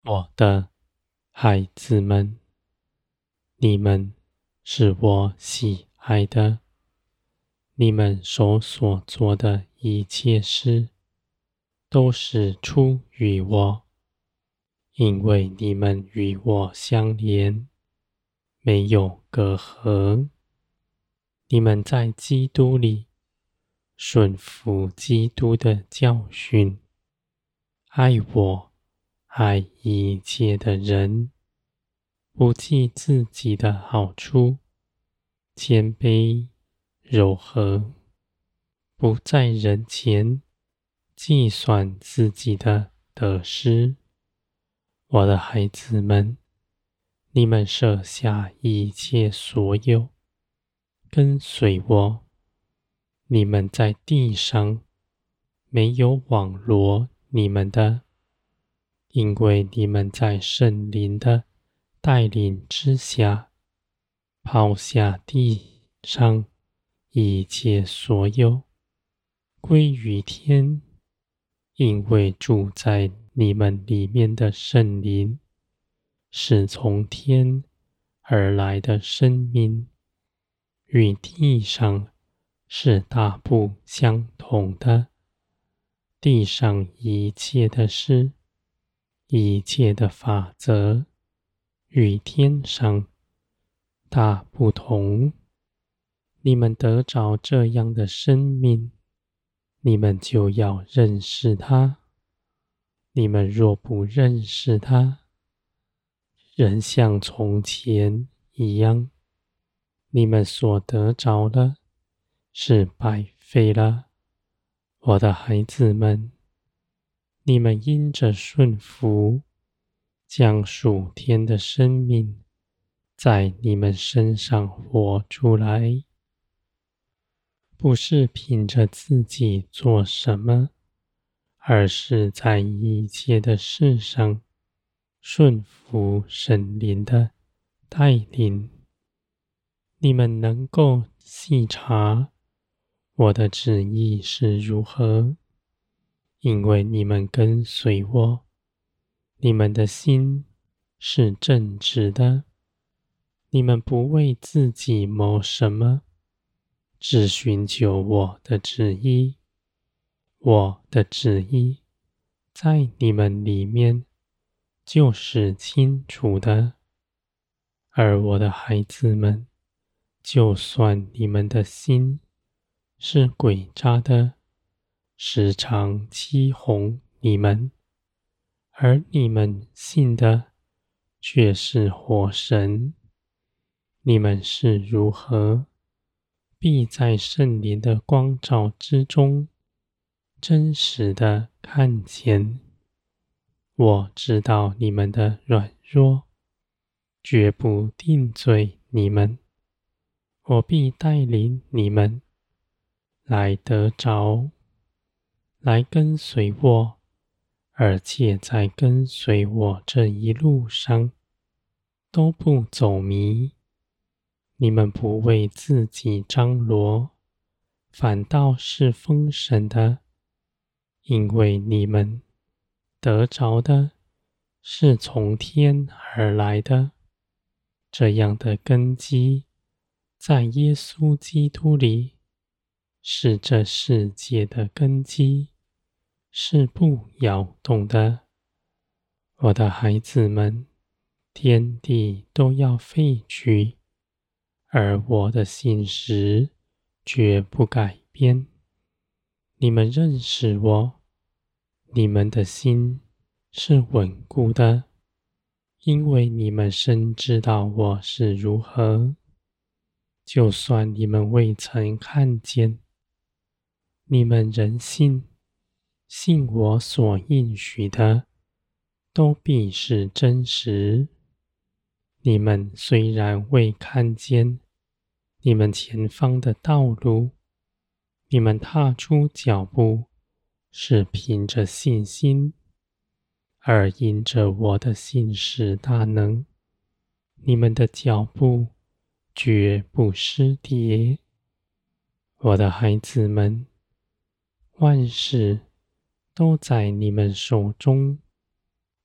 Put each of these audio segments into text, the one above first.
我的孩子们，你们是我喜爱的，你们手所做的一切事，都是出于我，因为你们与我相连，没有隔阂。你们在基督里顺服基督的教训，爱我，爱一切的人，不计自己的好处，谦卑柔和，不在人前计算自己的得失。我的孩子们，你们舍下一切所有，跟随我。你们在地上没有网罗你们的，因为你们在圣灵的带领之下，抛下地上一切所有，归于天，因为住在你们里面的圣灵是从天而来的生命，与地上是大不相同的。地上一切的事，一切的法则，与天上大不同。你们得着这样的生命，你们就要认识它。你们若不认识它，仍像从前一样，你们所得着的是白费了。我的孩子们，你们因着顺服，将属天的生命在你们身上活出来，不是凭着自己做什么，而是在一切的事上顺服圣灵的带领。你们能够细察我的旨意是如何，因为你们跟随我，你们的心是正直的，你们不为自己谋什么，只寻求我的旨意。我的旨意在你们里面就是清楚的。而我的孩子们，就算你们的心是诡诈的，时常欺哄你们，而你们信的却是活神，你们是如何，必在圣灵的光照之中真实的看见。我知道你们的软弱，绝不定罪你们，我必带领你们来得着，来跟随我，而且在跟随我这一路上都不走迷。你们不为自己张罗，反倒是丰盛的，因为你们得着的是从天而来的。这样的根基在耶稣基督里，是这世界的根基，是不摇动的。我的孩子们，天地都要废去，而我的信实绝不改变。你们认识我，你们的心是稳固的，因为你们深知道我是如何。就算你们未曾看见，你们仍信我所应许的，都必是真实。你们虽然未看见你们前方的道路，你们踏出脚步是凭着信心，而因着我的信实大能，你们的脚步绝不失跌。我的孩子们，万事都在你们手中，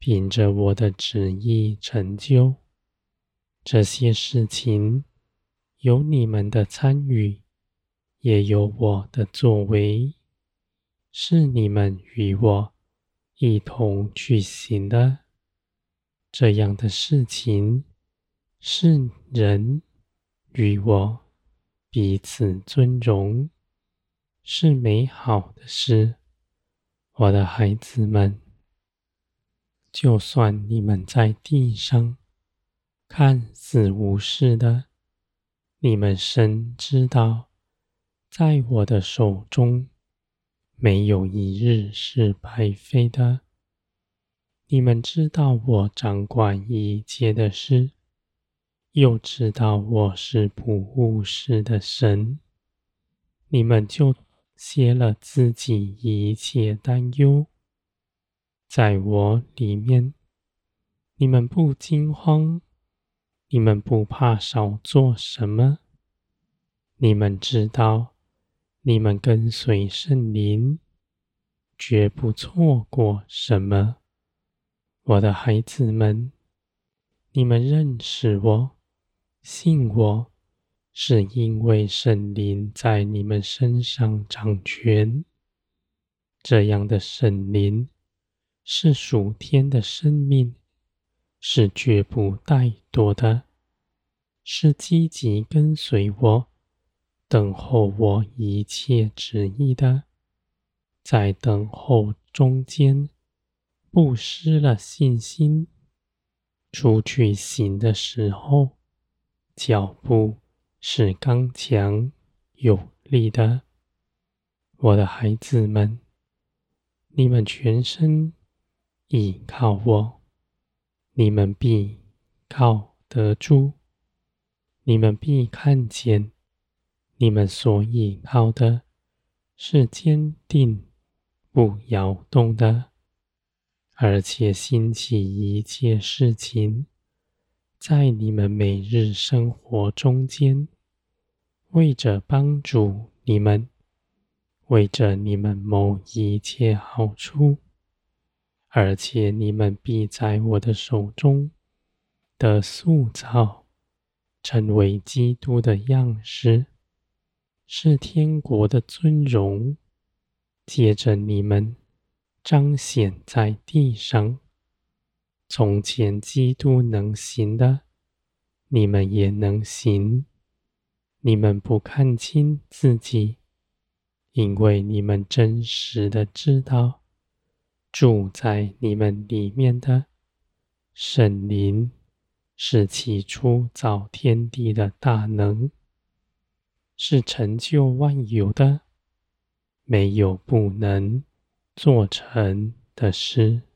凭着我的旨意成就。这些事情有你们的参与，也有我的作为，是你们与我一同去行的。这样的事情是人与我彼此尊荣，是美好的事。我的孩子们，就算你们在地上看似无事的，你们深知道，在我的手中没有一日是白费的。你们知道我掌管一切的事，又知道我是不误事的神，你们就歇了自己一切担忧。在我里面，你们不惊慌，你们不怕少做什么。你们知道，你们跟随圣灵，绝不错过什么。我的孩子们，你们认识我，信我，是因为圣灵在你们身上掌权。这样的圣灵是属天的生命，是绝不怠惰的，是积极跟随我，等候我一切旨意的。在等候中间，不失了信心，出去行的时候，脚步是刚强有力的。我的孩子们，你们全身倚靠我，你们必靠得住，你们必看见，你们所倚靠的是坚定不摇动的，而且兴起一切事情，在你们每日生活中间，为着帮助你们，为着你们谋一切好处，而且你们必在我的手中的塑造，成为基督的样式，是天国的尊荣，借着你们彰显在地上。从前基督能行的，你们也能行。你们不看轻自己，因为你们真实的知道，住在你们里面的圣灵是起初造天地的大能，是成就万有的，没有不能做成的事。